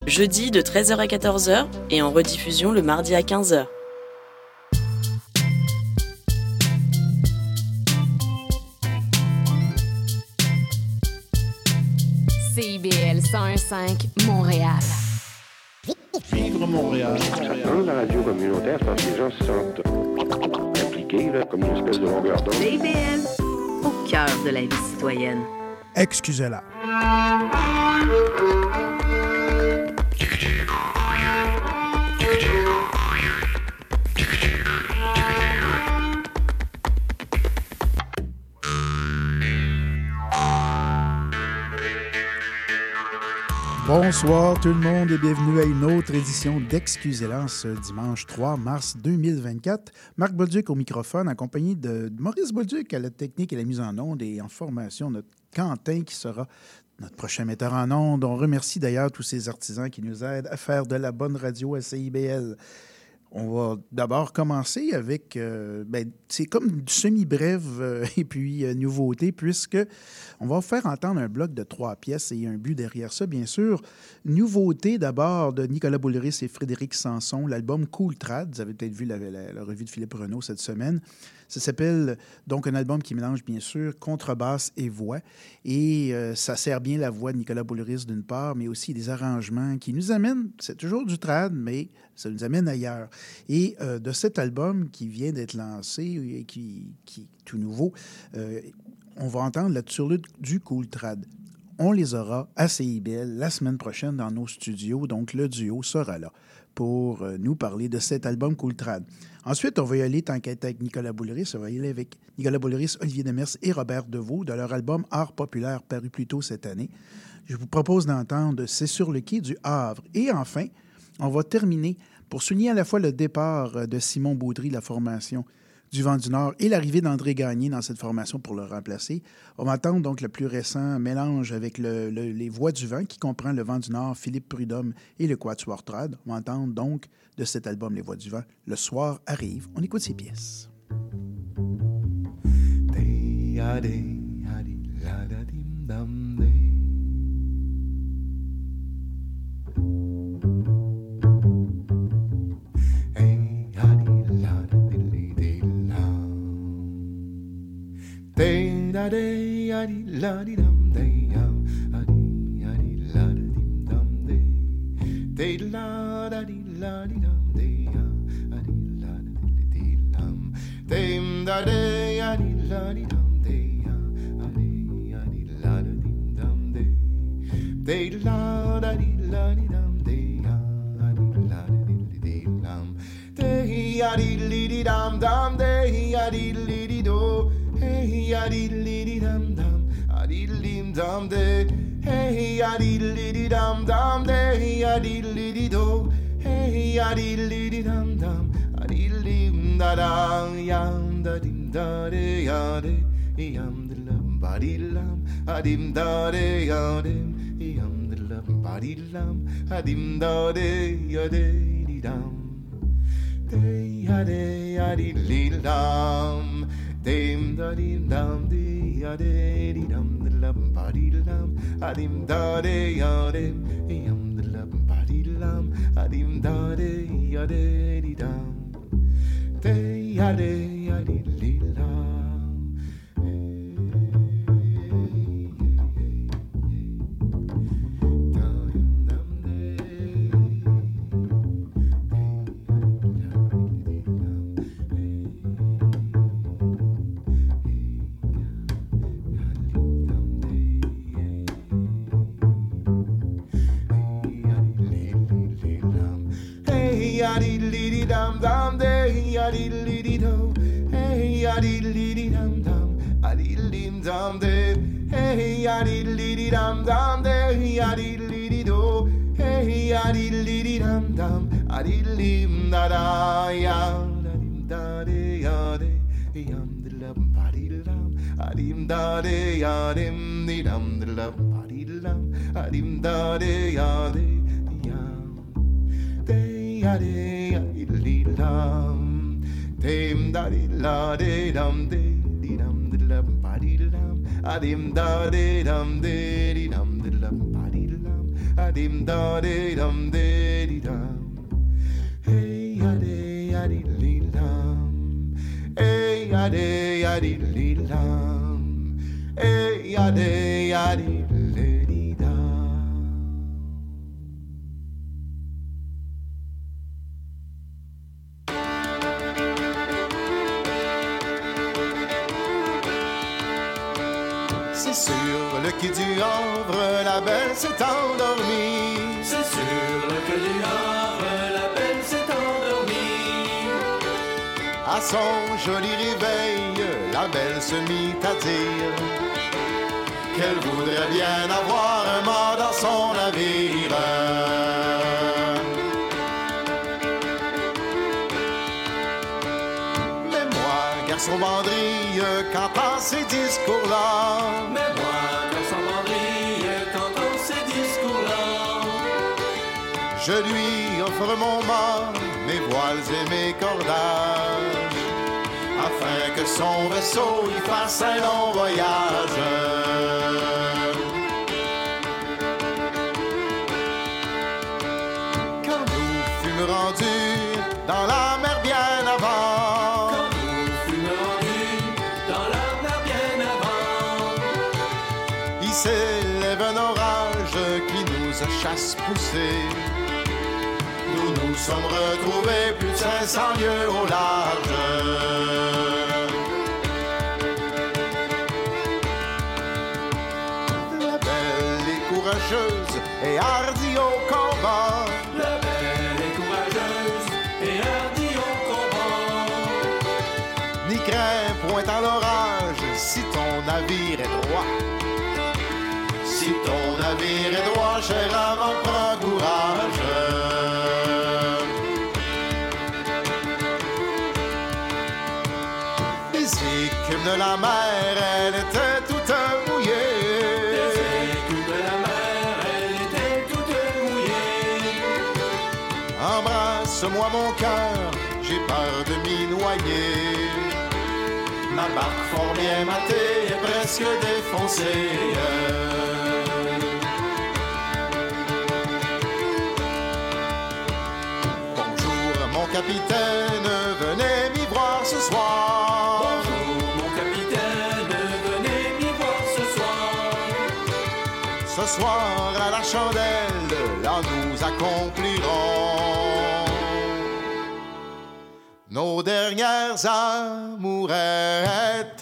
jeudi de 13h à 14h et en rediffusion le mardi à 15h. CIBL 101.5 Montréal. Vivre Montréal. Dans la radio communautaire, parce que les gens se sentent impliqués, là, comme une espèce de longueur d'onde. CIBL, au cœur de la vie citoyenne. Excusez-la. Bonsoir tout le monde et bienvenue à une autre édition d'Excusez-la ce dimanche 3 mars 2024. Marc Bolduc au microphone, accompagné de Maurice Bolduc à la technique et la mise en onde et en formation, notre Quentin qui sera notre prochain metteur en onde. On remercie d'ailleurs tous ces artisans qui nous aident à faire de la bonne radio à CIBL. On va d'abord commencer avec, c'est comme du semi-brève et puis nouveauté, puisque on va vous faire entendre un bloc de 3 pièces et il y a un but derrière ça, bien sûr. Nouveauté d'abord de Nicolas Boulris et Frédéric Sanson, l'album Cool Trad. Vous avez peut-être vu la revue de Philippe Renaud cette semaine. Ça s'appelle donc un album qui mélange bien sûr contrebasse et voix. Et ça sert bien la voix de Nicolas Boulris d'une part, mais aussi des arrangements qui nous amènent, c'est toujours du trad, mais ça nous amène ailleurs. Et de cet album qui vient d'être lancé et qui est tout nouveau, on va entendre la turlute du Cool Trad. On les aura à CIBL la semaine prochaine dans nos studios, donc le duo sera là pour nous parler de cet album Cool Trad. Ensuite, on va y aller tant qu'à être avec Nicolas Boulris. On va y aller avec Nicolas Boulris, Olivier Demers et Robert Deveau de leur album Art populaire paru plus tôt cette année. Je vous propose d'entendre C'est sur le quai du Havre. Et enfin, on va terminer pour souligner à la fois le départ de Simon Baudry de la formation du Vent du Nord et l'arrivée d'André Gagné dans cette formation pour le remplacer. On va entendre donc le plus récent mélange avec les Voix du Vent qui comprend le Vent du Nord, Philippe Prudhomme et le Quatuor Trad. On va entendre donc de cet album Les Voix du Vent, Le soir arrive. On écoute ces pièces. Day da day adi la di dum day adi adi la da dim dum day la da di la di dum day adi la da di dum day da day adi la di dum day adi adi la da dim dum day la da di la di dum day adi la da di dum day adi li di dum dum day adi li di do. Hey, a diddly dum dum, a diddly dum day. Hey, a diddly dum dum day, a diddly do. Hey, a diddly dum dum, a diddly da da yam da dim da de ya de yam the lum body lam a dim da de ya de yam the lum body lam a dim da de ya de dum de ya diddly dum. Dim da dim dum dee ya de dum the lum body lam a dim da de ya dim yum the lum body lam a dim da de ya de dum de ya de lam. Dum dum day, a diddly do. Hey, a diddly dum dum, a diddly dum day. Hey, a diddly dum dum day, a diddly do. Hey, a diddly dum dum, a diddly da da ya da de ya de yam the lum body lam, a dim da de ya dim the dum the lum body lam, a dim da de ya de yam de ya de. Dum, dim da di la de dum de dum de lum ba di dum, a dim da de dum de dum de lum ba di dum, adim da de dum de dum. Hey ade ade dum. Hey ade ade dum. Hey ade ade dum. C'est sur le quai du Havre, la belle s'est endormie. C'est sur le quai du Havre, la belle s'est endormie. À son joli réveil, la belle se mit à dire qu'elle voudrait bien avoir un mât dans son navire. Mais moi, garçon bandrille, qu'entend ces discours-là? Mais moi, garçon bandrille, qu'entend ces discours-là? Je lui offre mon mât, mes voiles et mes cordages, afin que son vaisseau y fasse un long voyage. Quand nous fûmes rendus dans la mer bien avant, Quand nous fûmes rendus dans la mer bien avant, il s'élève un orage qui nous a chasse poussés. Nous nous sommes retrouvés plus de 500 lieues au large. La belle est courageuse et hardie au combat. la belle est courageuse et hardie au combat. N'y crains point à l'orage si ton navire est droit. Si ton navire est droit, cher amant, prends courage. Les écumes de la mer, elle était toute mouillée. Les écumes de la mer, elle était toute mouillée. Embrasse-moi mon cœur, j'ai peur de m'y noyer. Ma barque fort bien matée est presque défoncée. Bonjour mon capitaine, venez m'y voir ce soir. Bonjour mon capitaine, venez m'y voir ce soir. Ce soir à la chandelle, là nous accomplirons nos dernières amourettes.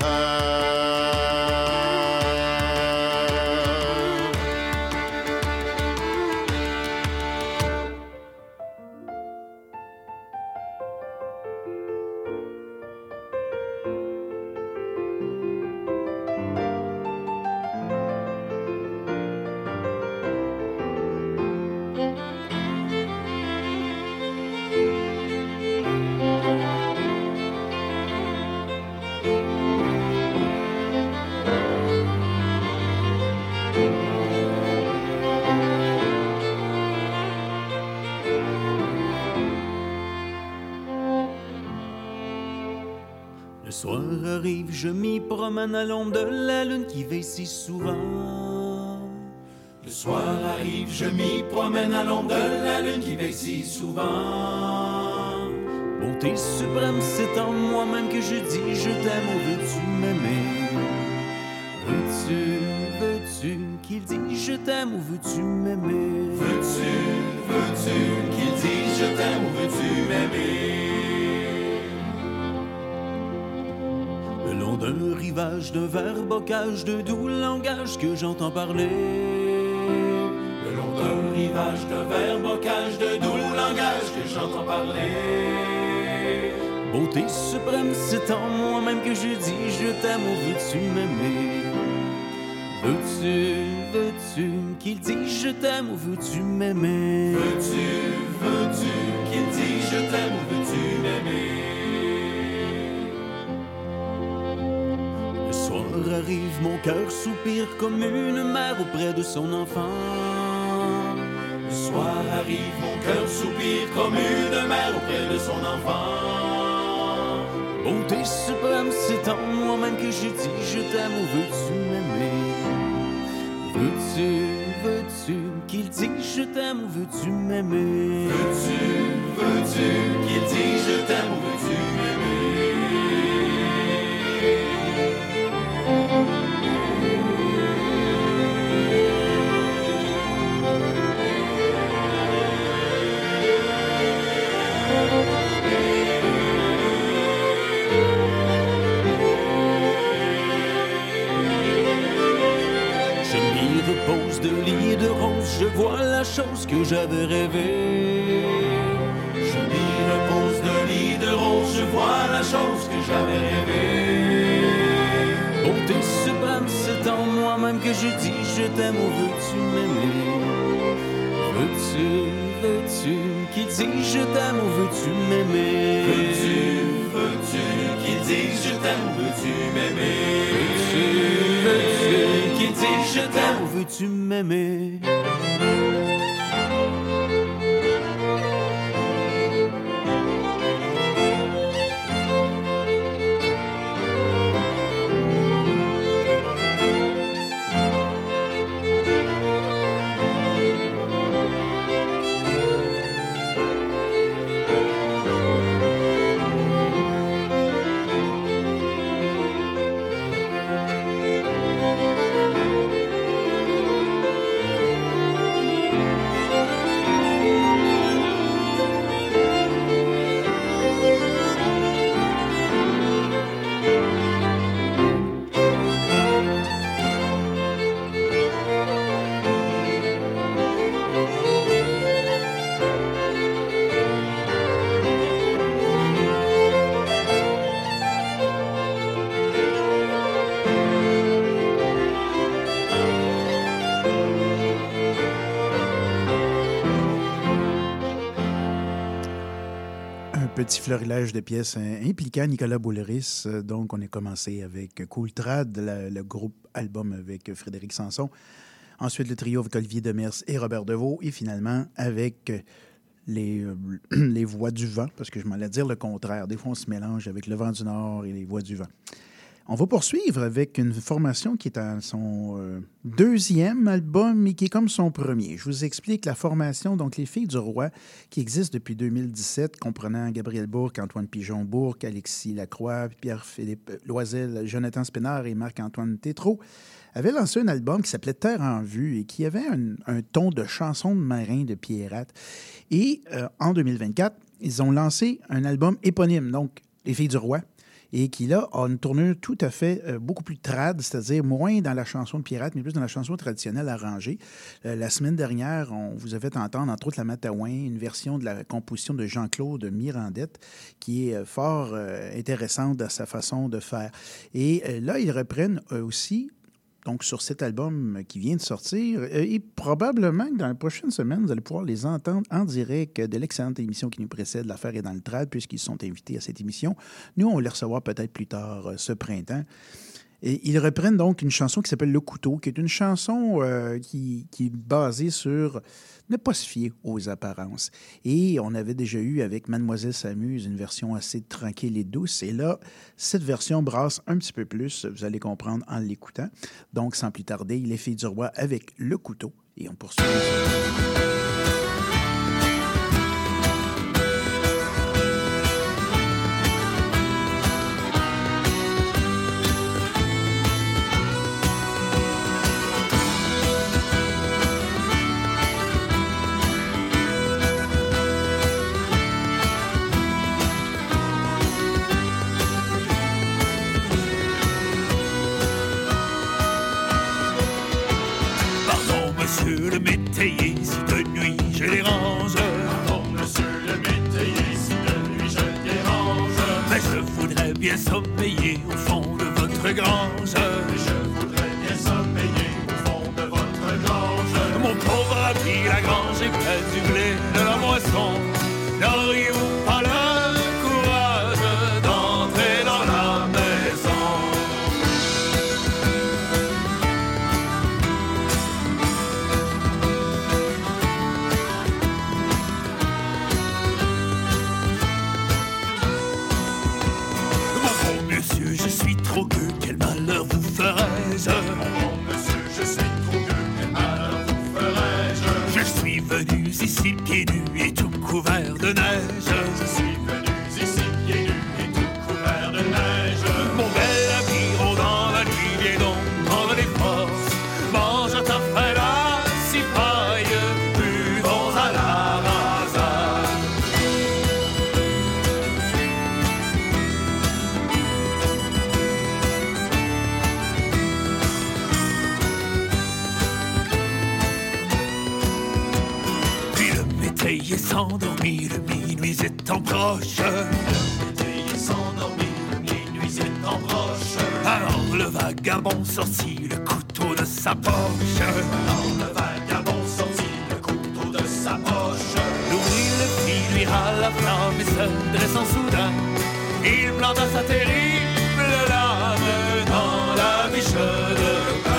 Le soir arrive, je m'y promène à l'ombre de la lune qui veille si souvent. Le soir arrive, je m'y promène à l'ombre de la lune qui veille si souvent. Beauté suprême, c'est en moi-même que je dis je t'aime, oh veux-tu m'aimer? Veux-tu qu'il dise je t'aime, ou veux-tu m'aimer? Veux-tu qu'il dise je t'aime ou veux-tu m'aimer? Le long d'un rivage, d'un vert bocage, de doux langage que j'entends parler. Le long d'un rivage, d'un vert bocage, de doux langage que j'entends parler. Beauté suprême, c'est en moi-même que je dis je t'aime, ou veux-tu m'aimer? Veux-tu qu'il dise je t'aime, ou veux-tu m'aimer? Veux-tu qu'il dise je t'aime ou veux-tu m'aimer? Le soir arrive, mon cœur soupire comme une mère auprès de son enfant. Le soir arrive, mon cœur soupire comme une mère auprès de son enfant. Beauté suprême, c'est en moi-même que je dis je t'aime, ou veux-tu m'aimer? Veux-tu veux-tu qu'il dise je t'aime ou veux-tu m'aimer? Veux-tu qu'il dise je t'aime ou veux-tu m'aimer? Repose de lit de rose, je vois la chose que j'avais rêvée. Je m'y repose de lit de rose, je vois la chose que j'avais rêvée. Beauté suprême, c'est en moi-même que je dis je t'aime ou veux-tu m'aimer? Veux-tu qu'il dise je t'aime ou veux-tu m'aimer? Veux-tu qu'il dise je t'aime ou veux-tu m'aimer? Veux-tu qu'il dise je t'aime ou veux-tu m'aimer? Petit florilège de pièces impliquant Nicolas Bouleris. Donc, on a commencé avec Cool Trad, le groupe album avec Frédéric Sanson. Ensuite, le trio avec Olivier Demers et Robert Deveau. Et finalement, avec les Voix du vent, parce que je m'allais dire le contraire. Des fois, on se mélange avec le Vent du Nord et les Voix du vent. On va poursuivre avec une formation qui est à son deuxième album, mais qui est comme son premier. Je vous explique la formation, donc les Filles du Roi, qui existe depuis 2017, comprenant Gabriel Bourque, Antoine Pigeon-Bourque, Alexis Lacroix, Pierre-Philippe Loisel, Jonathan Spinard et Marc-Antoine Tétrault, avaient lancé un album qui s'appelait Terre en vue et qui avait un ton de chanson de marin de Pierrette. Et en 2024, ils ont lancé un album éponyme, donc Les Filles du Roi, et qui, là, a une tournure tout à fait beaucoup plus trad, c'est-à-dire moins dans la chanson de Pierrette, mais plus dans la chanson traditionnelle arrangée. La semaine dernière, on vous a fait entendre, entre autres, la Matawan, une version de la composition de Jean-Claude Mirandette, qui est fort intéressante dans sa façon de faire. Et là, ils reprennent aussi, donc sur cet album qui vient de sortir, et probablement que dans la prochaine semaine, vous allez pouvoir les entendre en direct de l'excellente émission qui nous précède, L'Affaire est dans le trad, puisqu'ils sont invités à cette émission. Nous, on va les recevoir peut-être plus tard ce printemps. Et ils reprennent donc une chanson qui s'appelle Le Couteau, qui est une chanson qui est basée sur ne pas se fier aux apparences. Et on avait déjà eu avec Mademoiselle s'amuse une version assez tranquille et douce. Et là, cette version brasse un petit peu plus, vous allez comprendre en l'écoutant. Donc, sans plus tarder, Les Filles du Roi avec Le Couteau. Et on poursuit. Monsieur le métayer, si de nuit je dérange. Pardon, monsieur le métayer, si de nuit je dérange. Mais je voudrais bien sommeiller au fond de votre grange. Mais je voudrais bien sommeiller au fond de votre grange. Mon pauvre ami, la grange est près du blé de la moisson. N'auriez-vous pas le courage d'entrer dans la maison? Je suis trop gueux, quel malheur vous ici pieds nus et tout couvert de neige. Je suis venu ici pieds nus et tout couvert de neige. Mon bel aviron dans la nuit, viens donc prendre les forces. Mange ta faim la cipaille, buvons à la rasade. Puis le métayer s'endormit, le minuit étant proche. L'été s'endormi, les nuits étant proches. Alors le vagabond sortit le couteau de sa poche. Alors le vagabond sortit le couteau de sa poche. L'ouvrit, le fit luire à la flamme et se dressant soudain, il planta sa terrible lame dans la biche de pain.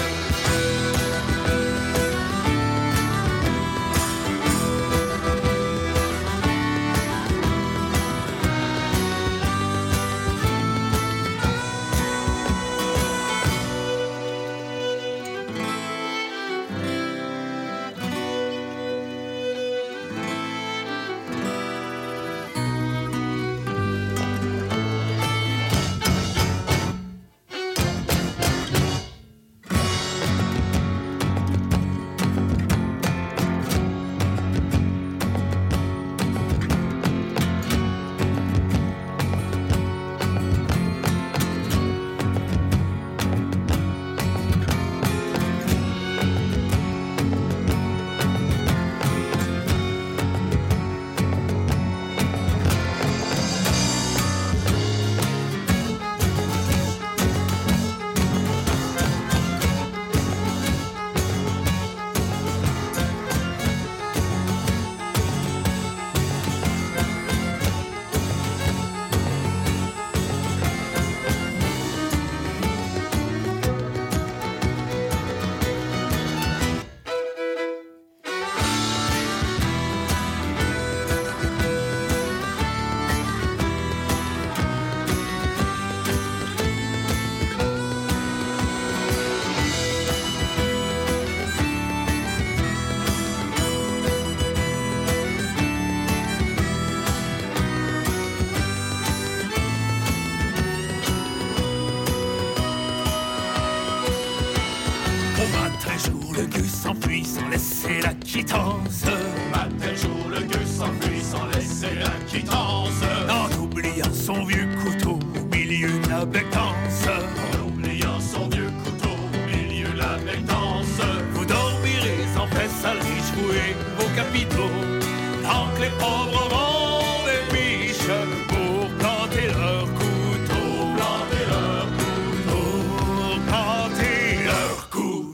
S'enfuit sans laisser la quittance. Matin jour, le gueux s'enfuit sans laisser la quittance. En oubliant son vieux couteau au milieu de la bectance. En oubliant son vieux couteau au milieu de la bectance. Vous dormirez en paix, sale riche, voués vos capitaux. Tant que les pauvres auront des biches pour planter leur couteau. Planter leur couteau. Pour planter leur couteau.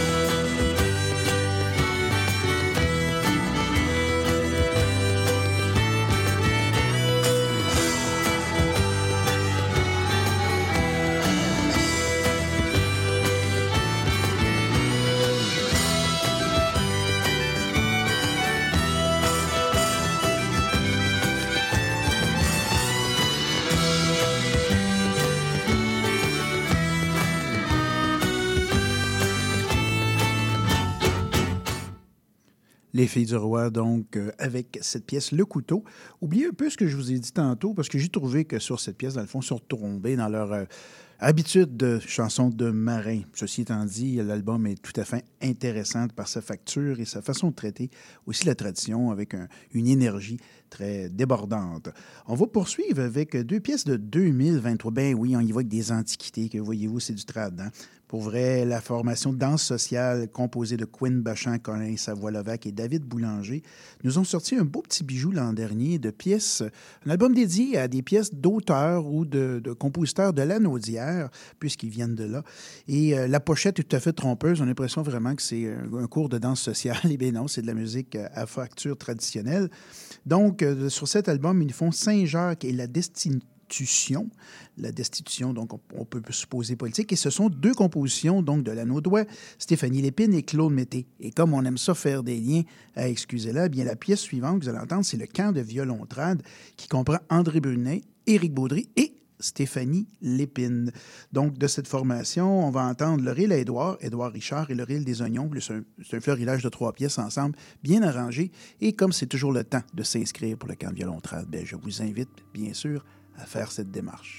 Les Filles du Roi, donc, avec cette pièce, Le Couteau. Oubliez un peu ce que je vous ai dit tantôt, parce que j'ai trouvé que sur cette pièce, dans le fond, ils sont retombés dans leur habitude de chansons de marin. Ceci étant dit, l'album est tout à fait intéressant par sa facture et sa façon de traiter aussi la tradition avec une énergie très débordante. On va poursuivre avec deux pièces de 2023. Ben oui, on y va avec des antiquités, que voyez-vous, c'est du trad, hein? Pour vrai, la formation Danse sociale composée de Quinn Bachand, Colin Savoie-Levac et David Boulanger nous ont sorti un beau petit bijou l'an dernier de pièces, un album dédié à des pièces d'auteurs ou de compositeurs de la Naudière, puisqu'ils viennent de là. Et la pochette est tout à fait trompeuse. On a l'impression vraiment que c'est un cours de danse sociale. Eh bien non, c'est de la musique à facture traditionnelle. Donc, sur cet album, ils font Saint-Jacques et la Destitution. La Destitution, donc, on peut supposer politique. Et ce sont deux compositions, donc, de l'Anneau d'Oie, Stéphanie Lépine et Claude Mété. Et comme on aime ça faire des liens, excusez-la, eh bien, la pièce suivante que vous allez entendre, c'est le Camp de violon trad, qui comprend André Brunet, Éric Baudry et Stéphanie Lépine. Donc, de cette formation, on va entendre le reel à Édouard Richard et le reel des oignons. C'est un fleurilage de 3 pièces ensemble, bien arrangé. Et comme c'est toujours le temps de s'inscrire pour le camp de violon trad, je vous invite, bien sûr, à faire cette démarche.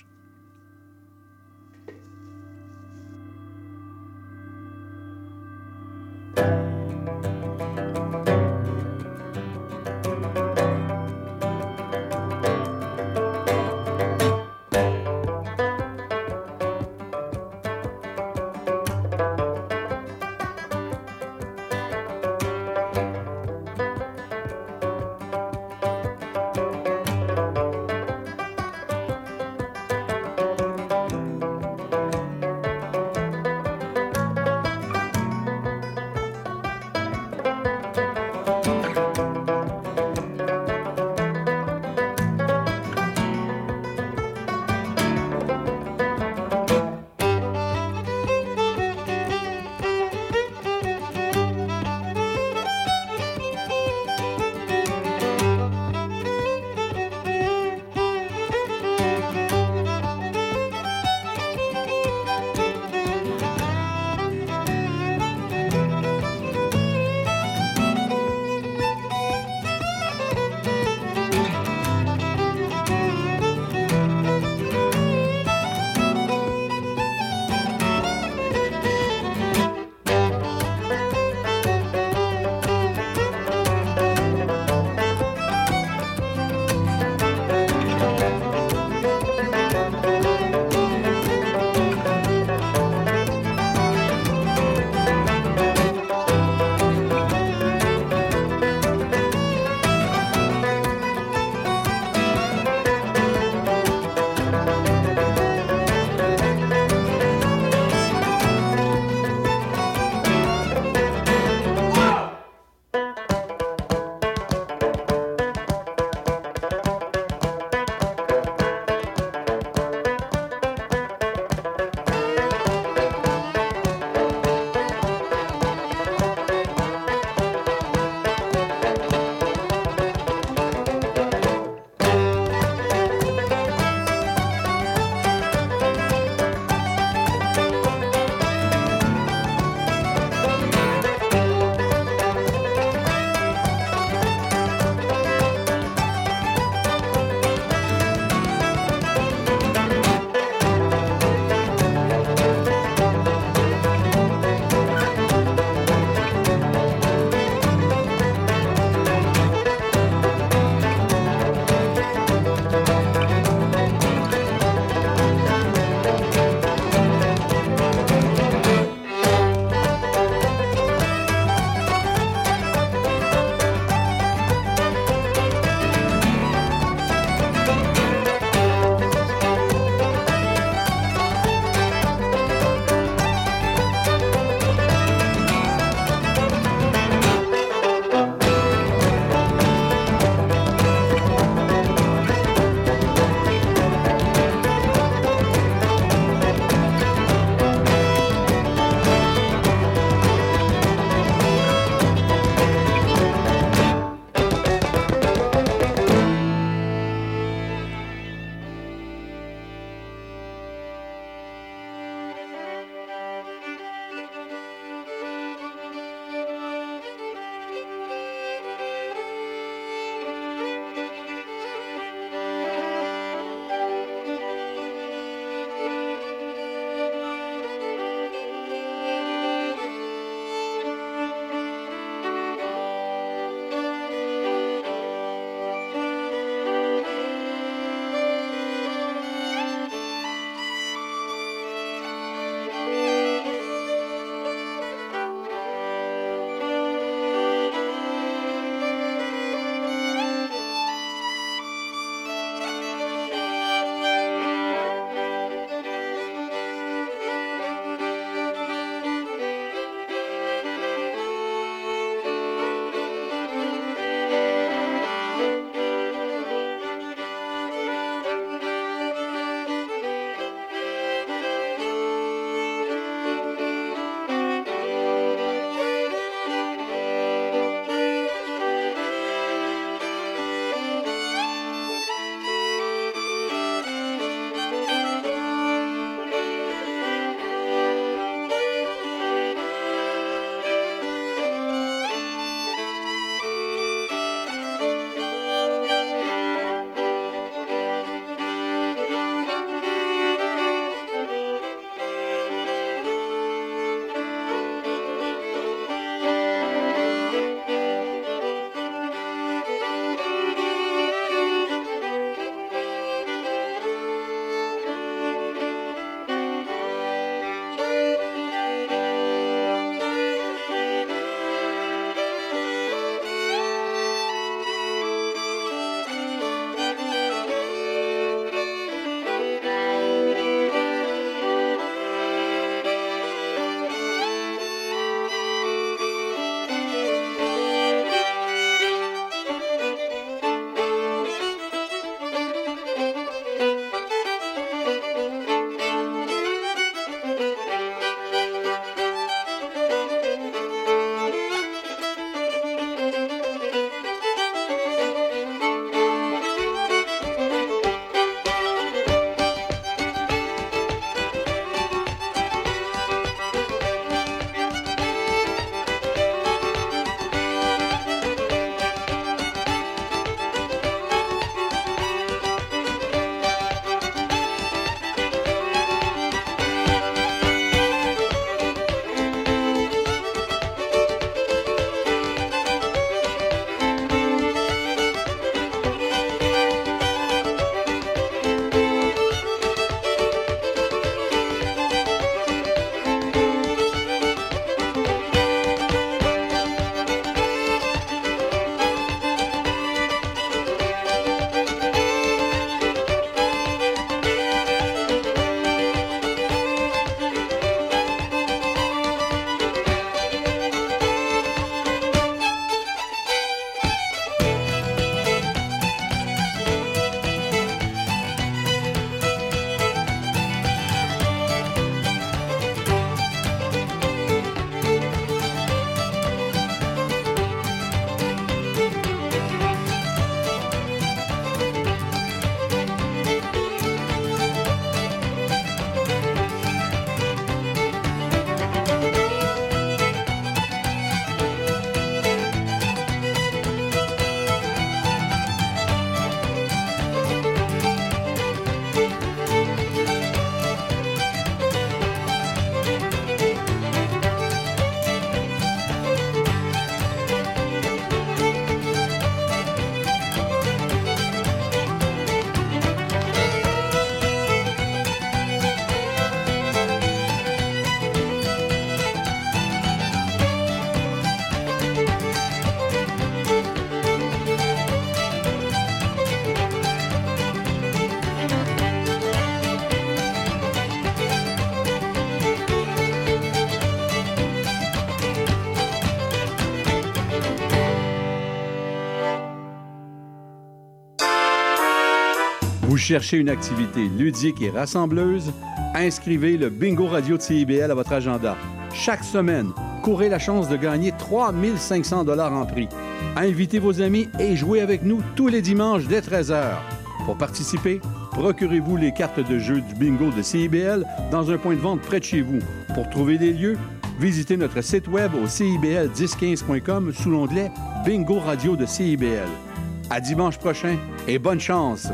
Vous cherchez une activité ludique et rassembleuse? Inscrivez le Bingo Radio de CIBL à votre agenda. Chaque semaine, courez la chance de gagner 3 500 $ en prix. Invitez vos amis et jouez avec nous tous les dimanches dès 13h. Pour participer, procurez-vous les cartes de jeu du bingo de CIBL dans un point de vente près de chez vous. Pour trouver des lieux, visitez notre site web au cibl1015.com sous l'onglet Bingo Radio de CIBL. À dimanche prochain et bonne chance!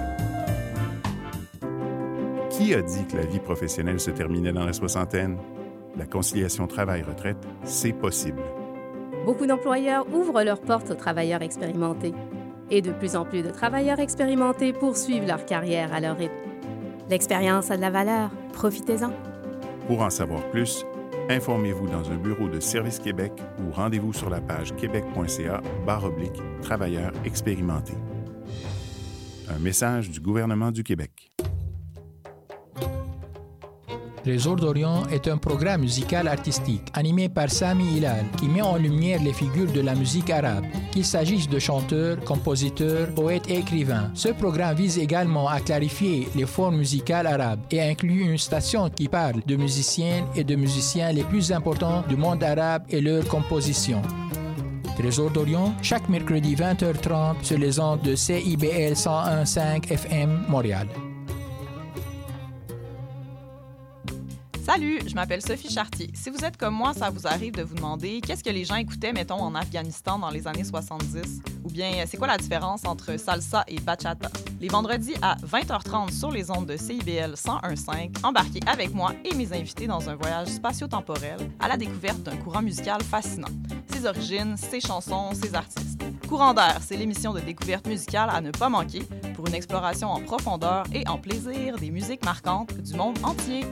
Qui a dit que la vie professionnelle se terminait dans la soixantaine? La conciliation travail-retraite, c'est possible. Beaucoup d'employeurs ouvrent leurs portes aux travailleurs expérimentés. Et de plus en plus de travailleurs expérimentés poursuivent leur carrière à leur rythme. L'expérience a de la valeur. Profitez-en. Pour en savoir plus, informez-vous dans un bureau de Service Québec ou rendez-vous sur la page québec.ca/travailleurs expérimentés. Un message du gouvernement du Québec. Trésor d'Orient est un programme musical artistique animé par Sami Hilal qui met en lumière les figures de la musique arabe, qu'il s'agisse de chanteurs, compositeurs, poètes et écrivains. Ce programme vise également à clarifier les formes musicales arabes et inclut une station qui parle de musiciennes et de musiciens les plus importants du monde arabe et leurs compositions. Trésor d'Orient, chaque mercredi 20h30 sur les ondes de CIBL 101.5 FM Montréal. Salut, je m'appelle Sophie Chartier. Si vous êtes comme moi, ça vous arrive de vous demander qu'est-ce que les gens écoutaient, mettons, en Afghanistan dans les années 70? Ou bien, c'est quoi la différence entre salsa et bachata? Les vendredis à 20h30 sur les ondes de CIBL 101.5, embarquez avec moi et mes invités dans un voyage spatio-temporel à la découverte d'un courant musical fascinant. Ses origines, ses chansons, ses artistes. Courant d'air, c'est l'émission de découverte musicale à ne pas manquer pour une exploration en profondeur et en plaisir des musiques marquantes du monde entier.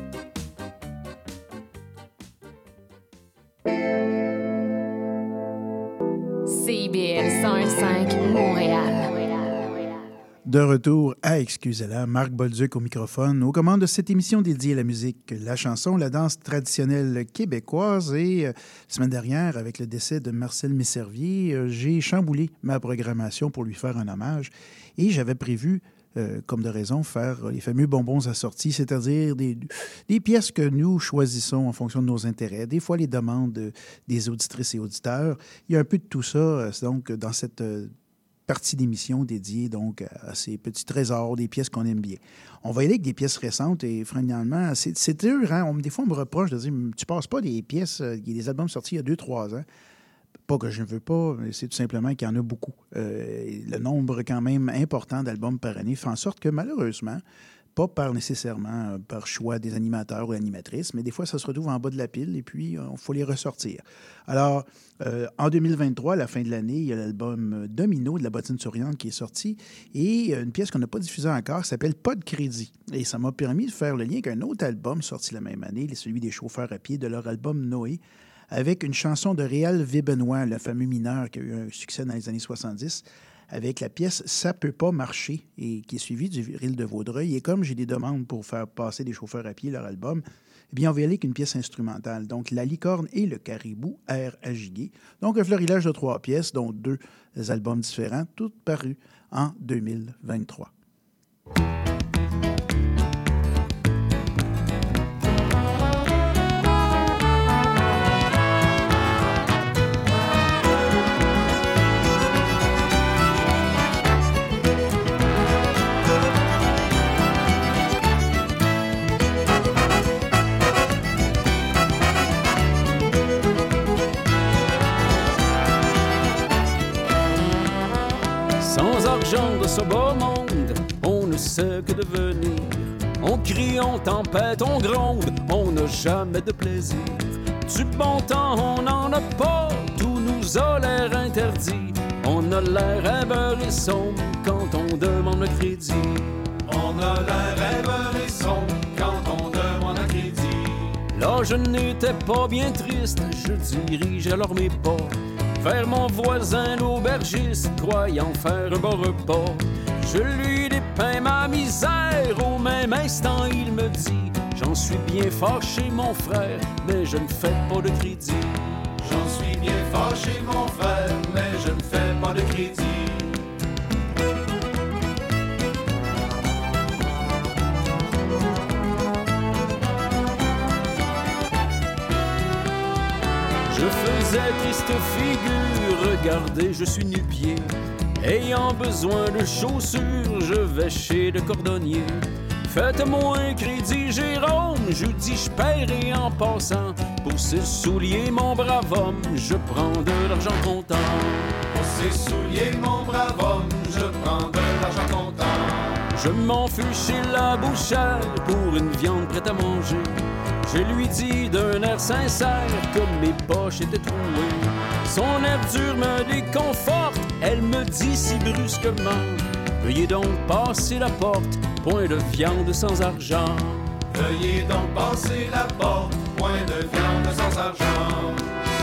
CIBL 101.5 Montréal. De retour à Excusez-la, Marc Bolduc au microphone, aux commandes de cette émission dédiée à la musique, la chanson, la danse traditionnelle québécoise. Et la semaine dernière, avec le décès de Marcel Messervier, j'ai chamboulé ma programmation pour lui faire un hommage. Et j'avais prévu, comme de raison, faire les fameux bonbons assortis, c'est-à-dire des pièces que nous choisissons en fonction de nos intérêts. Des fois, les demandes des auditrices et auditeurs. Il y a un peu de tout ça, donc, dans cette partie d'émission dédiée donc, à ces petits trésors, des pièces qu'on aime bien. On va y aller avec des pièces récentes et, finalement, c'est dur. Hein? Des fois, on me reproche de dire « Tu passes pas des pièces, il y a des albums sortis il y a 2-3 ans. » Pas que je ne veux pas, mais c'est tout simplement qu'il y en a beaucoup. Le nombre quand même important d'albums par année fait en sorte que malheureusement, pas nécessairement par choix des animateurs ou animatrices, mais des fois ça se retrouve en bas de la pile et puis il faut les ressortir. Alors, en 2023, à la fin de l'année, il y a l'album Domino de la bottine souriante qui est sorti et une pièce qu'on n'a pas diffusée encore s'appelle Pas de crédit. Et ça m'a permis de faire le lien avec un autre album sorti la même année, celui des chauffeurs à pied de leur album Noé, avec une chanson de Réal Vébenois, le fameux mineur qui a eu un succès dans les années 70, avec la pièce « Ça peut pas marcher » et qui est suivie du Viril de Vaudreuil. Et comme j'ai des demandes pour faire passer des chauffeurs à pied leur album, eh bien, on va y aller avec une pièce instrumentale. Donc, La licorne et le caribou, air à giguer. Donc, un florilège de 3 pièces, dont 2 albums différents, toutes parus en 2023. De ce beau monde, on ne sait que devenir. On crie, on tempête, on gronde, on n'a jamais de plaisir. Du bon temps, on n'en a pas, tout nous a l'air interdit. On a l'air éberisson quand on demande le crédit. On a l'air éberisson quand on demande un crédit. Là, je n'étais pas bien triste, je dirige alors mes pas vers mon voisin l'aubergiste, croyant faire un bon repas. Je lui dépeins ma misère, au même instant il me dit: j'en suis bien fâché mon frère, mais je ne fais pas de crédit. J'en suis bien fâché mon frère, mais je ne fais pas de crédit. très triste figure. Regardez, je suis nu-pied. Ayant besoin de chaussures, je vais chez le cordonnier. Faites-moi un crédit, Jérôme, je dis je paierai en passant. Pour ces souliers, mon brave homme, je prends de l'argent comptant. Pour ces souliers, mon brave homme, je prends de l'argent comptant. Je m'en fus chez la bouchère pour une viande prête à manger. Je lui dis d'un air sincère comme mes poches étaient trouées. Son air dur me déconforte, elle me dit si brusquement: veuillez donc passer la porte, point de viande sans argent. Veuillez donc passer la porte, point de viande sans argent.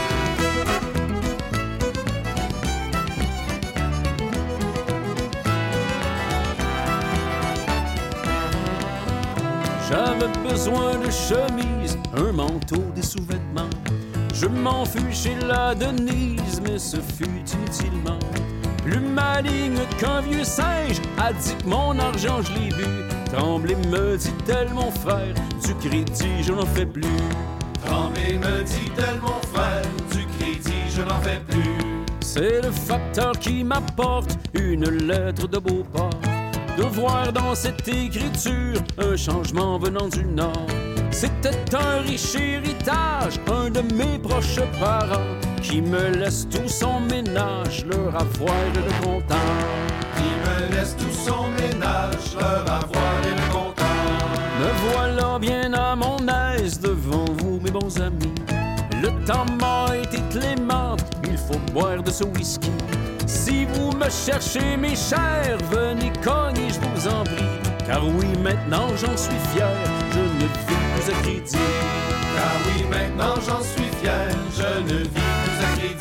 J'avais besoin de chemise, un manteau, des sous-vêtements. Je m'en fus chez la Denise, mais ce fut inutilement. Plus maligne qu'un vieux singe, a dit que mon argent je l'ai bu. Tremblay me dit-elle mon frère, du crédit je n'en fais plus. Tremblay me dit-elle mon frère, du crédit je n'en fais plus. C'est le facteur qui m'apporte une lettre de Beauport. De voir dans cette écriture un changement venant du Nord. C'était un riche héritage, un de mes proches parents, qui me laisse tout son ménage, leur avoir et le comptant. Qui me laisse tout son ménage, leur avoir et le comptant. Me voilà bien à mon aise devant vous, mes bons amis. Le temps m'a été clément, il faut boire de ce whisky. Si vous me cherchez, mes chers, venez cogner, je vous en prie. Car oui, maintenant j'en suis fier, je ne vis plus à crédit. Car oui, maintenant j'en suis fier, je ne vis plus à crédit.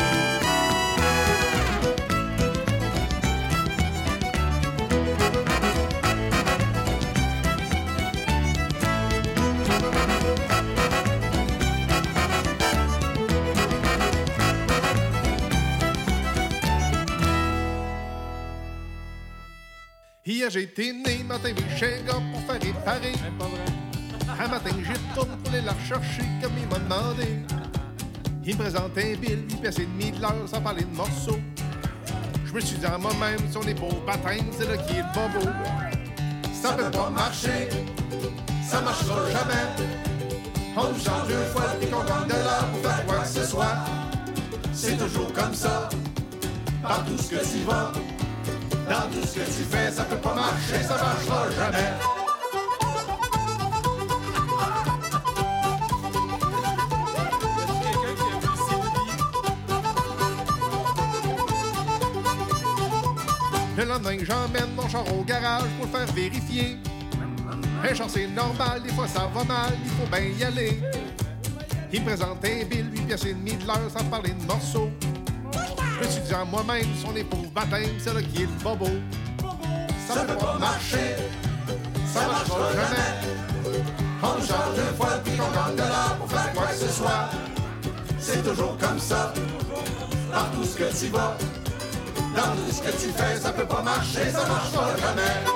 Hier j'ai été né, matin vu chez un gars pour faire réparer. Même pas vrai. Un matin j'y retourne pour aller la rechercher comme il m'a demandé. Il me présente un bill, 8 pièces et demie de l'heure sans parler de morceaux. Je me suis dit à moi-même, si on est pour baptême, c'est là qui est le bobo. Ça peut pas marcher, ça marchera jamais. On nous change 2 fois et qu'on gagne de l'heure pour faire quoi que ce soit. C'est toujours comme ça, partout ce que tu vas. Dans tout ce que tu fais, ça peut pas marcher, ça marchera jamais. Le lendemain, j'emmène mon char au garage pour le faire vérifier. Un char, c'est normal, des fois ça va mal, il faut bien y aller. Il me présente un bill, 8 pièces et demie de l'heure sans parler de morceaux. Je me suis dit à moi-même, si on est pour baptême, c'est là qui est le bobo. Ça peut pas marcher, ça marchera jamais. On change 2 fois puis qu'on gagne de l'heure pour faire quoi que ce soit. C'est toujours comme ça, partout ce que tu vas. Dans tout ce que tu fais, ça peut pas marcher, ça marchera jamais.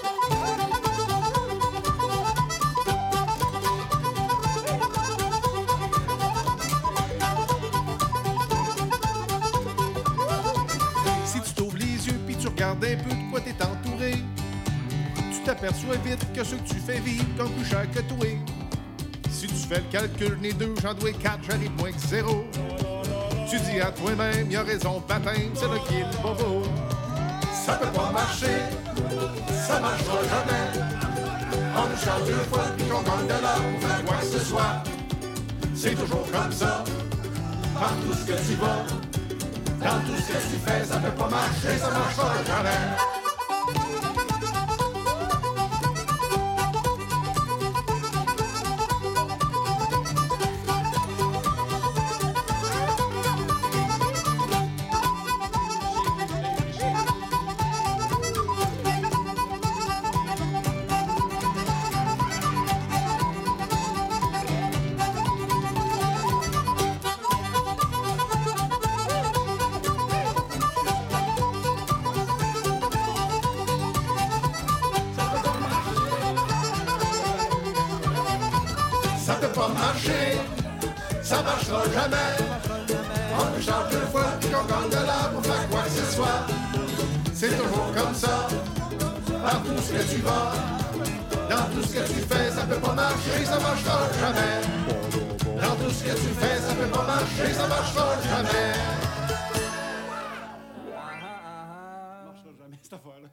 Regarde un peu de quoi t'es entouré. Tu t'aperçois vite que ce que tu fais vivre comme plus cher que toi. Si tu fais le calcul, né 2, j'en dois 4, j'arrive moins que 0. Tu dis à toi-même, y'a raison, baptême, c'est là qui est le bobo. Ça peut pas marcher, ça marchera jamais. On nous change 2 fois puis qu'on gagne de l'heure pour faire quoi que ce soit. C'est toujours comme ça, partout ce que tu vas. Dans tout ce que tu fais, ça peut pas marcher, ça marchera jamais. Ça marchera jamais. On nous chante deux fois, puis qu'on gagne de l'heure pour faire quoi que ce soit. C'est toujours comme ça, partout ce que tu vas. Dans tout ce que tu fais, ça peut pas marcher, ça marchera jamais. Dans tout ce que tu fais, ça peut pas marcher, ça marchera jamais. Marchera jamais, cette affaire-là.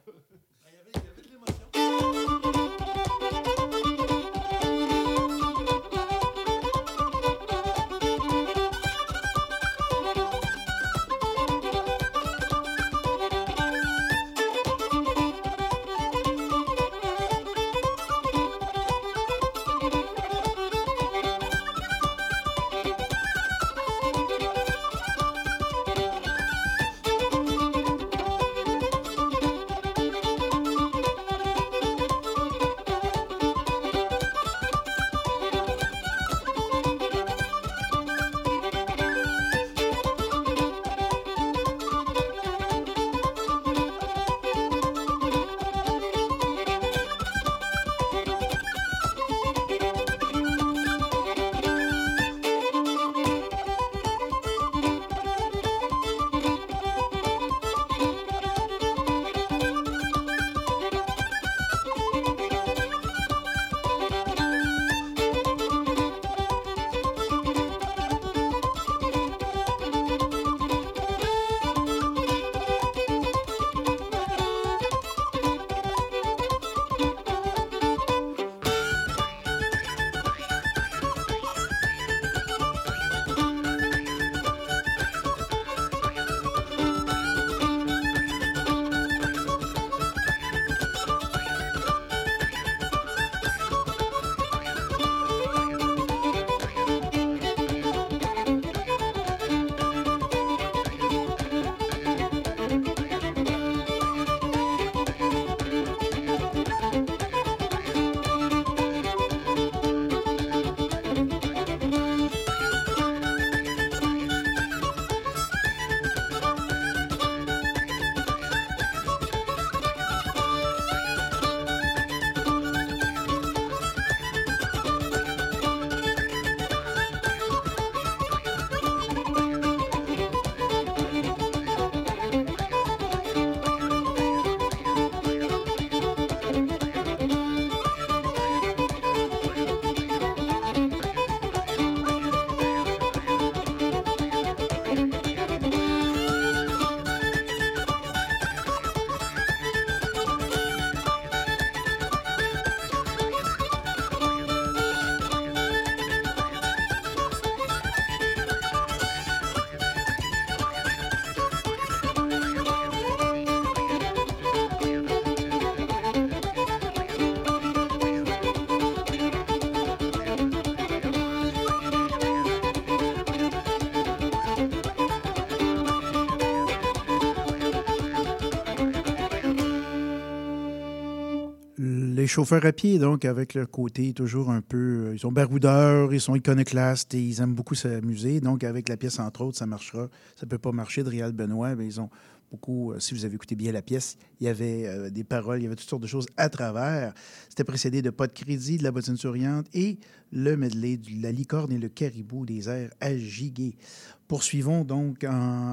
Les chauffeurs à pied, donc, avec leur côté toujours un peu... ils sont baroudeurs, ils sont iconoclastes et ils aiment beaucoup s'amuser. Donc, avec la pièce, entre autres, ça marchera. Ça ne peut pas marcher de Réal Benoît, mais ils ont beaucoup... si vous avez écouté bien la pièce, il y avait des paroles, il y avait toutes sortes de choses à travers. C'était précédé de Pas de crédit, de La bottine souriante et le medley de La licorne et le caribou, des airs à giguer. Poursuivons donc en...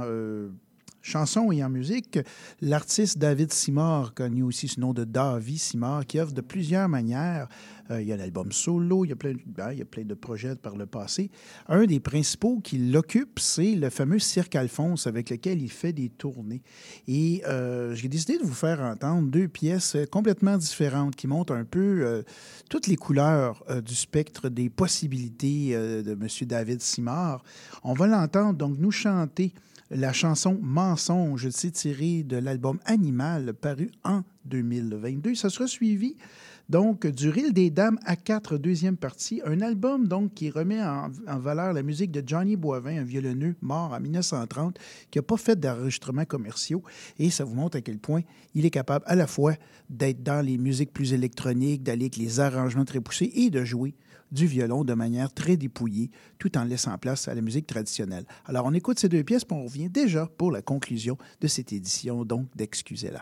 chanson et en musique, l'artiste David Simard, connu aussi sous le nom de Davy Simard, qui offre de plusieurs manières. Il y a l'album solo, il y a plein de projets par le passé. Un des principaux qui l'occupe, c'est le fameux Cirque Alphonse avec lequel il fait des tournées. Et j'ai décidé de vous faire entendre deux pièces complètement différentes qui montrent un peu toutes les couleurs du spectre des possibilités de M. David Simard. On va l'entendre donc nous chanter la chanson « Mensonge », tirée de l'album « Animal » paru en 2022. Ça sera suivi donc du Rille des Dames à 4, deuxième partie, un album donc qui remet en valeur la musique de Johnny Boivin, un violonneux mort en 1930 qui n'a pas fait d'enregistrements commerciaux, et ça vous montre à quel point il est capable à la fois d'être dans les musiques plus électroniques, d'aller avec les arrangements très poussés et de jouer du violon de manière très dépouillée, tout en laissant place à la musique traditionnelle. Alors, on écoute ces deux pièces, puis on revient déjà pour la conclusion de cette édition, donc d'Excusez-la.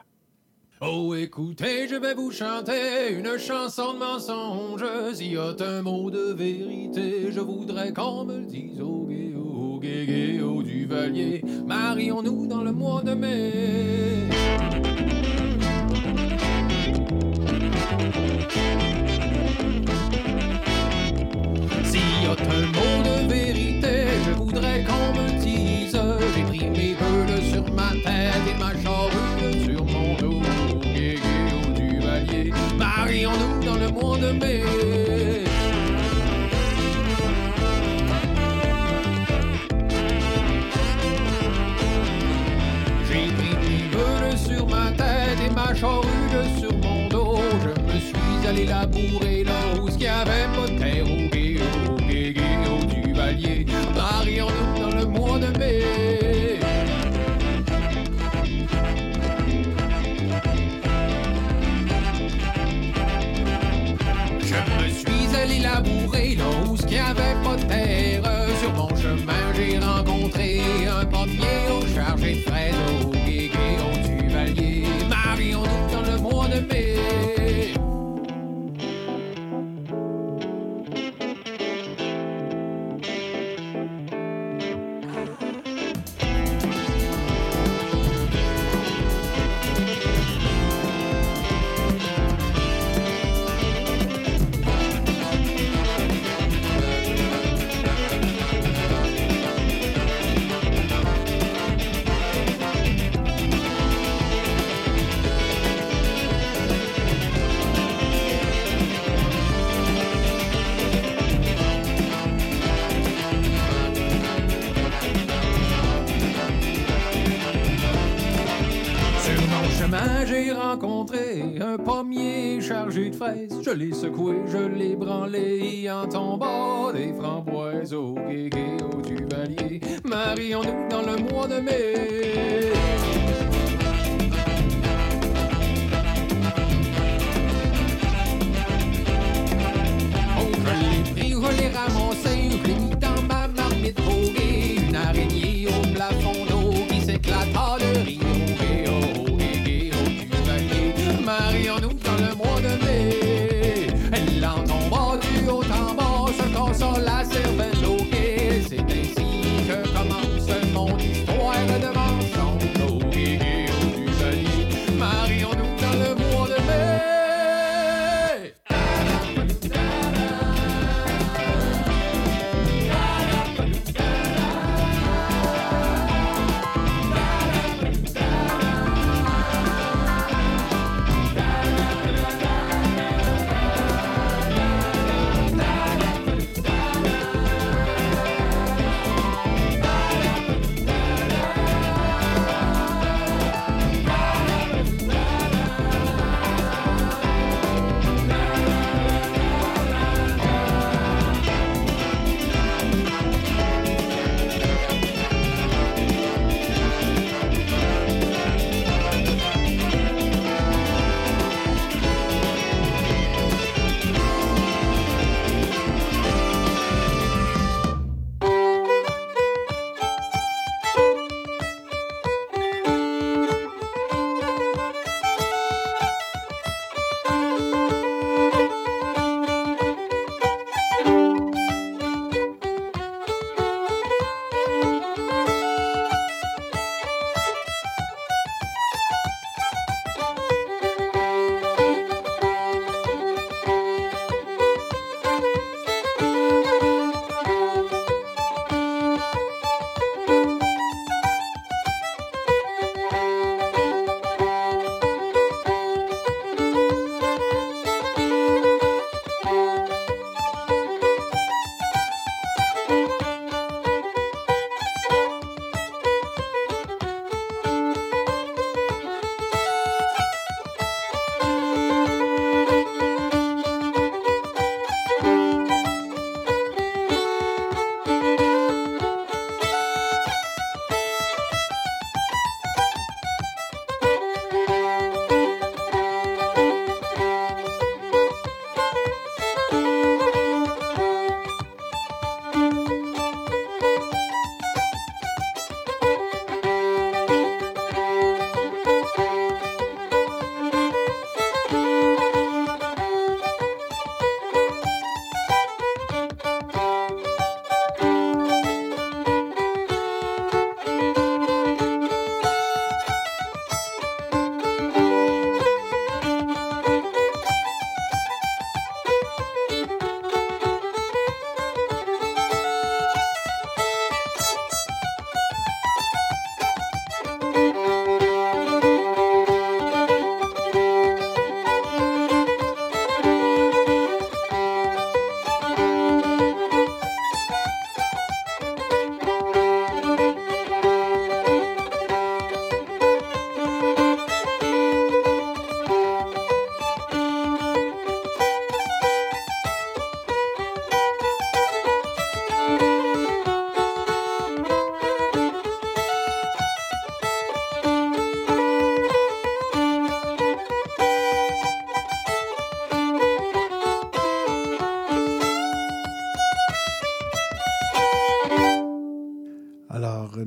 Oh, écoutez, je vais vous chanter une chanson de mensonge. S'il y a un mot de vérité, je voudrais qu'on me le dise. Oh, gay, oh, du Duvalier. Marions-nous dans le mois de mai. S'il y a un mot de vérité, je voudrais qu'on me dise. J'ai pris mes beules sur ma tête et ma charrue sur mon dos. Guégué au Duvalier, marions-nous dans le mois de mai. J'ai pris mes beules sur ma tête et ma charrue sur mon dos. Je me suis allé labourer là où il n'y avait pas de terre. Au guégué au Duvalier, marions-nous dans le mois de mai. Je me suis allé labourer là où il n'y avait pas de terre. Sur mon chemin, j'ai rencontré un pommier au chargé de fraises. Au guégué au Duvalier, marions-nous dans le mois de mai. J'ai rencontré un pommier chargé de fraises. Je l'ai secoué, je l'ai branlé en tombant des framboises. Au guégué au Duvalier, marions-nous dans le mois de mai. Oh, je l'ai pris, je l'ai ramassé, je l'ai mis dans ma marmite fourrée. Une araignée au plafond d'eau qui s'éclata de rire. Marions-nous dans le mois de mai. Elle en tomba du haut en bas, se cassa la cervelle au quai. C'est ainsi que commence mon histoire de vengeance. Au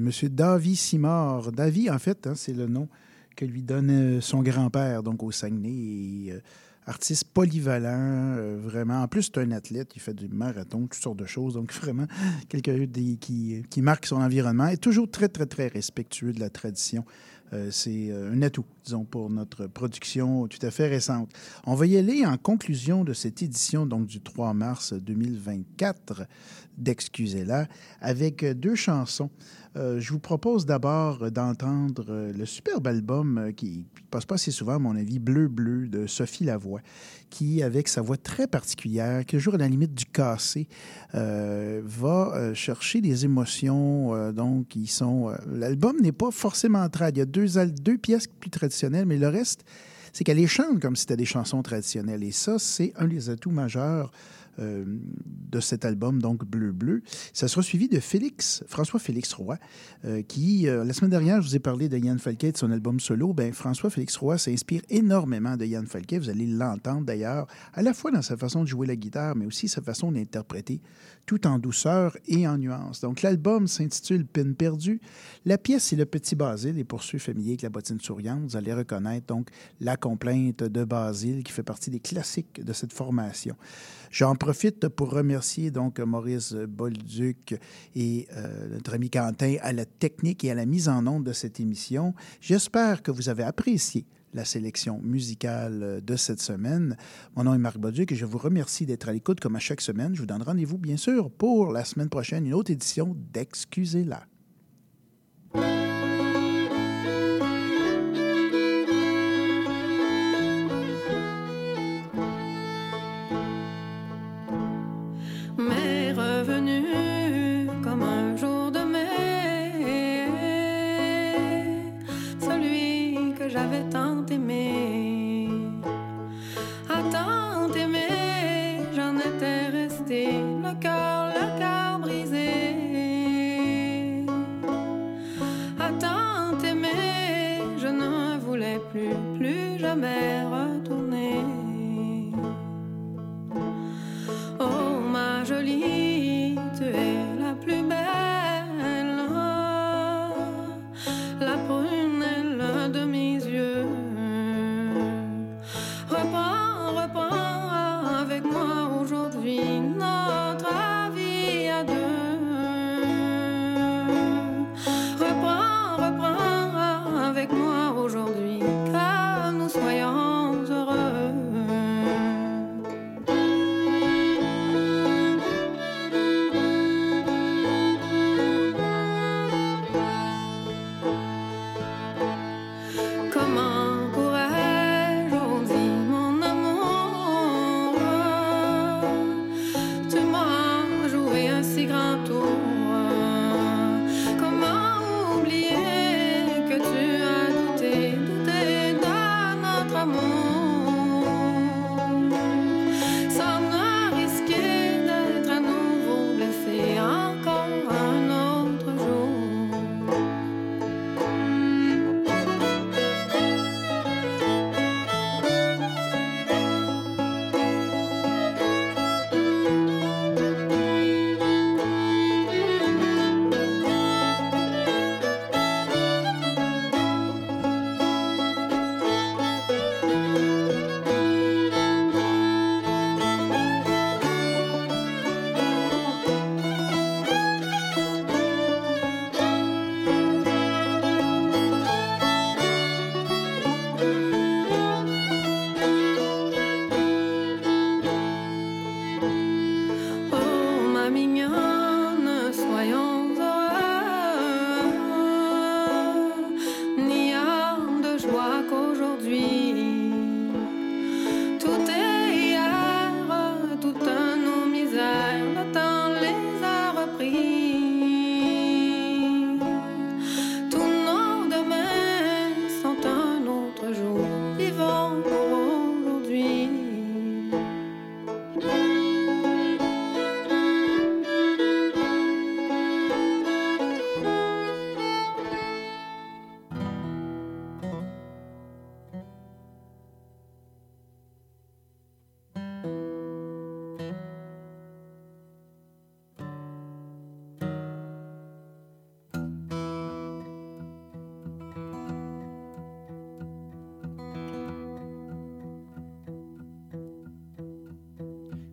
M. Davy Simard. Davy, en fait, c'est le nom que lui donne son grand-père, donc au Saguenay. Et, artiste polyvalent, vraiment. En plus, c'est un athlète, il fait du marathon, toutes sortes de choses. Donc, vraiment, quelqu'un qui marque son environnement et toujours très, très, très respectueux de la tradition. C'est un atout, disons, pour notre production tout à fait récente. On va y aller en conclusion de cette édition, donc du 3 mars 2024 d'Excusez-la, avec 2 chansons. Je vous propose d'abord d'entendre le superbe album qui ne passe pas assez souvent, à mon avis, Bleu Bleu de Sophie Lavoie, qui, avec sa voix très particulière, qui est toujours à la limite du cassé, va chercher des émotions donc qui sont... l'album n'est pas forcément trad. Il y a 2 pièces plus traditionnelles, mais le reste, c'est qu'elle les chante comme si c'était des chansons traditionnelles. Et ça, c'est un des atouts majeurs de cet album, donc Bleu Bleu. Ça sera suivi de François-Félix Roy, qui, la semaine dernière, je vous ai parlé de Yann Falquet et de son album solo. Bien, François-Félix Roy s'inspire énormément de Yann Falquet. Vous allez l'entendre d'ailleurs, à la fois dans sa façon de jouer la guitare, mais aussi sa façon d'interpréter, tout en douceur et en nuance. Donc, l'album s'intitule Peine perdue. La pièce, c'est Le Petit Basile, et pour ceux familiers avec la bottine souriante, vous allez reconnaître donc La Complainte de Basile, qui fait partie des classiques de cette formation. J'en profite pour remercier donc Maurice Bolduc et notre ami Quentin à la technique et à la mise en onde de cette émission. J'espère que vous avez apprécié la sélection musicale de cette semaine. Mon nom est Marc Bolduc et je vous remercie d'être à l'écoute comme à chaque semaine. Je vous donne rendez-vous, bien sûr, pour la semaine prochaine, une autre édition d'Excusez-la. M'est revenu comme un jour de mai, celui que j'avais tant aimé. À tant aimé, j'en étais resté, le cœur brisé. À tant aimé, je ne voulais plus jamais retourner. Oh ma jolie, tu es la plus belle, la prunelle de mes yeux. Reprends avec moi aujourd'hui notre vie à deux. Reprends avec moi aujourd'hui, que nous soyons heureux.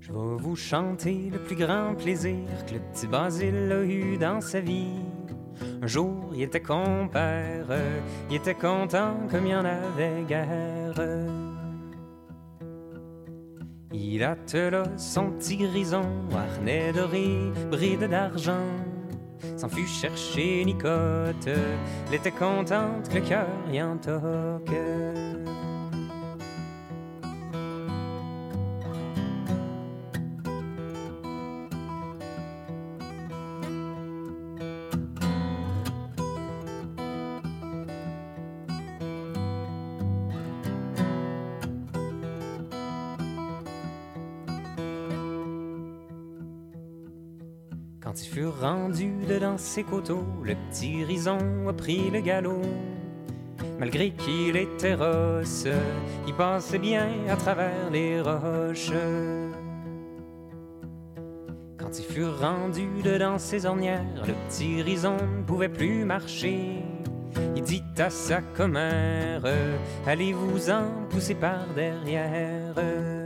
Je vais vous chanter le plus grand plaisir que le petit Basile a eu dans sa vie. Un jour, il était compère, il était content comme il y en avait guère. Il attela son petit grison, harnais doré, bride d'argent. S'en fut chercher Nicotte, elle était contente que le cœur y en toque. Quand ils furent rendus dedans ses coteaux, le petit Rison a pris le galop. Malgré qu'il était rosse, il passait bien à travers les roches. Quand ils furent rendus dedans ses ornières, le petit Rison ne pouvait plus marcher. Il dit à sa commère, allez-vous-en pousser par derrière.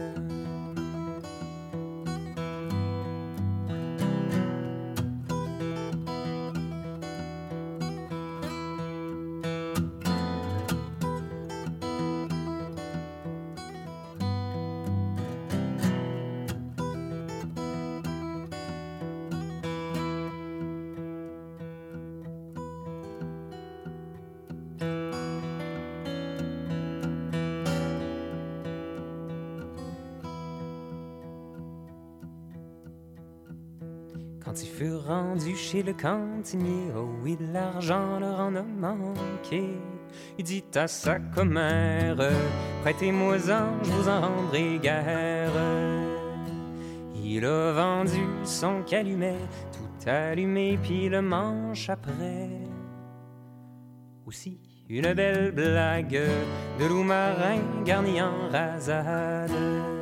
Quand ils furent rendus chez le cantinier, oh oui, de l'argent leur en a manqué. Il dit à sa commère, prêtez-moi-en, je vous en rendrai guère. Il a vendu son calumet, tout allumé, puis le manche après. Aussi une belle blague de loup marin garni en rasade.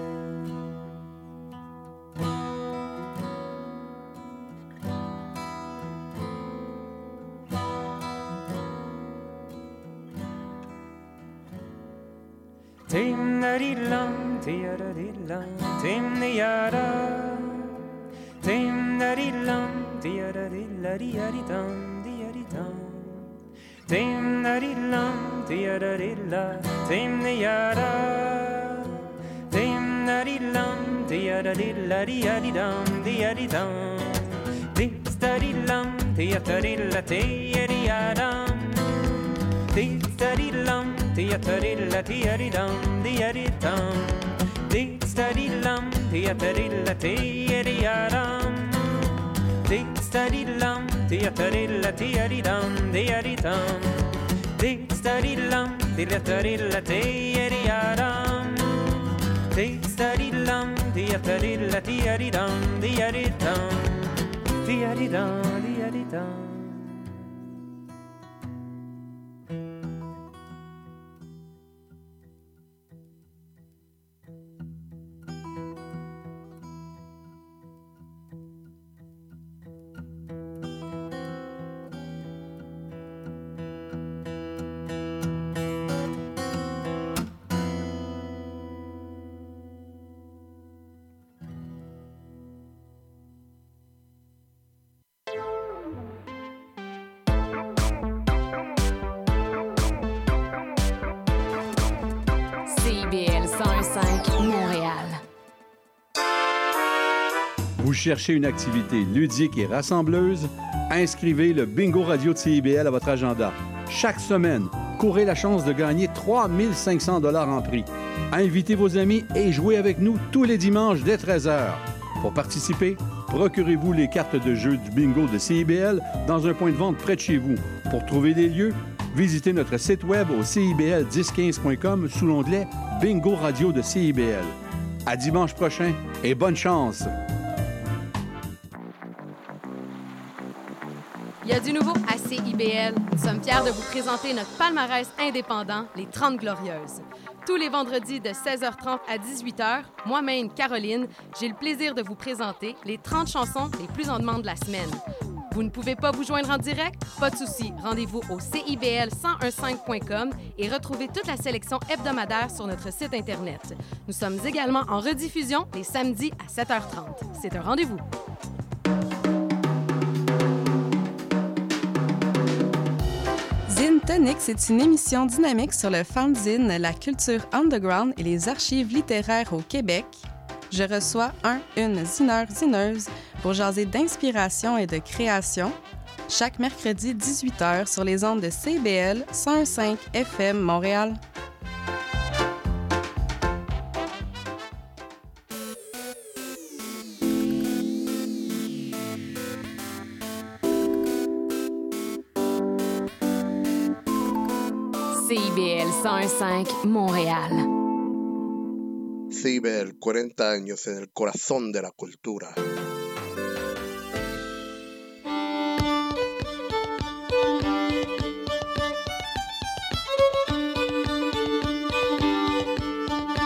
Tim da di lam, tia da di lam, tim di yada. Tim da di lam, tia da di la di ya di dum, di ya di dum. Tim da di lam, tia da di la, tim di yada. Tim da di lam, tia da di la di ya di dum, di ya di dum. Dis da di lam, tia da di la, tia di ya dum. Dis da di lam. Tia-ta-di-la, tia-di-dum, tia-di-dum. Dis-ta-di-lum, tia-ta-di-la, tia-di-ya-dum. Dis-ta-di-lum, tia-ta-di-la, tia-di-dum, tia-di-dum. Dis-ta-di-lum, tia-ta-di-la, tia-di-ya-dum. Dis-ta-di-lum, tia-ta-di-la, tia-di-dum, tia-di-dum. Tia-di-dum, tia-di-dum. CIBL 101.5 Montréal. Vous cherchez une activité ludique et rassembleuse? Inscrivez le Bingo Radio de CIBL à votre agenda. Chaque semaine, courez la chance de gagner 3 500 $ en prix. Invitez vos amis et jouez avec nous tous les dimanches dès 13h. Pour participer, procurez-vous les cartes de jeu du bingo de CIBL dans un point de vente près de chez vous. Pour trouver des lieux, visitez notre site web au cibl1015.com sous l'onglet Bingo Radio de CIBL. À dimanche prochain et bonne chance! Il y a du nouveau à CIBL. Nous sommes fiers de vous présenter notre palmarès indépendant, les 30 Glorieuses. Tous les vendredis de 16h30 à 18h, moi-même, Caroline, j'ai le plaisir de vous présenter les 30 chansons les plus en demande de la semaine. Vous ne pouvez pas vous joindre en direct? Pas de souci. Rendez-vous au CIBL1015.com et retrouvez toute la sélection hebdomadaire sur notre site Internet. Nous sommes également en rediffusion les samedis à 7h30. C'est un rendez-vous. Zine Tonic, c'est une émission dynamique sur le fanzine, la culture underground et les archives littéraires au Québec. Je reçois une zineuse pour jaser d'inspiration et de création chaque mercredi 18h sur les ondes de CIBL 101.5 FM Montréal. CIBL 101.5 Montréal. CIBL, 40 años en el corazón de la cultura.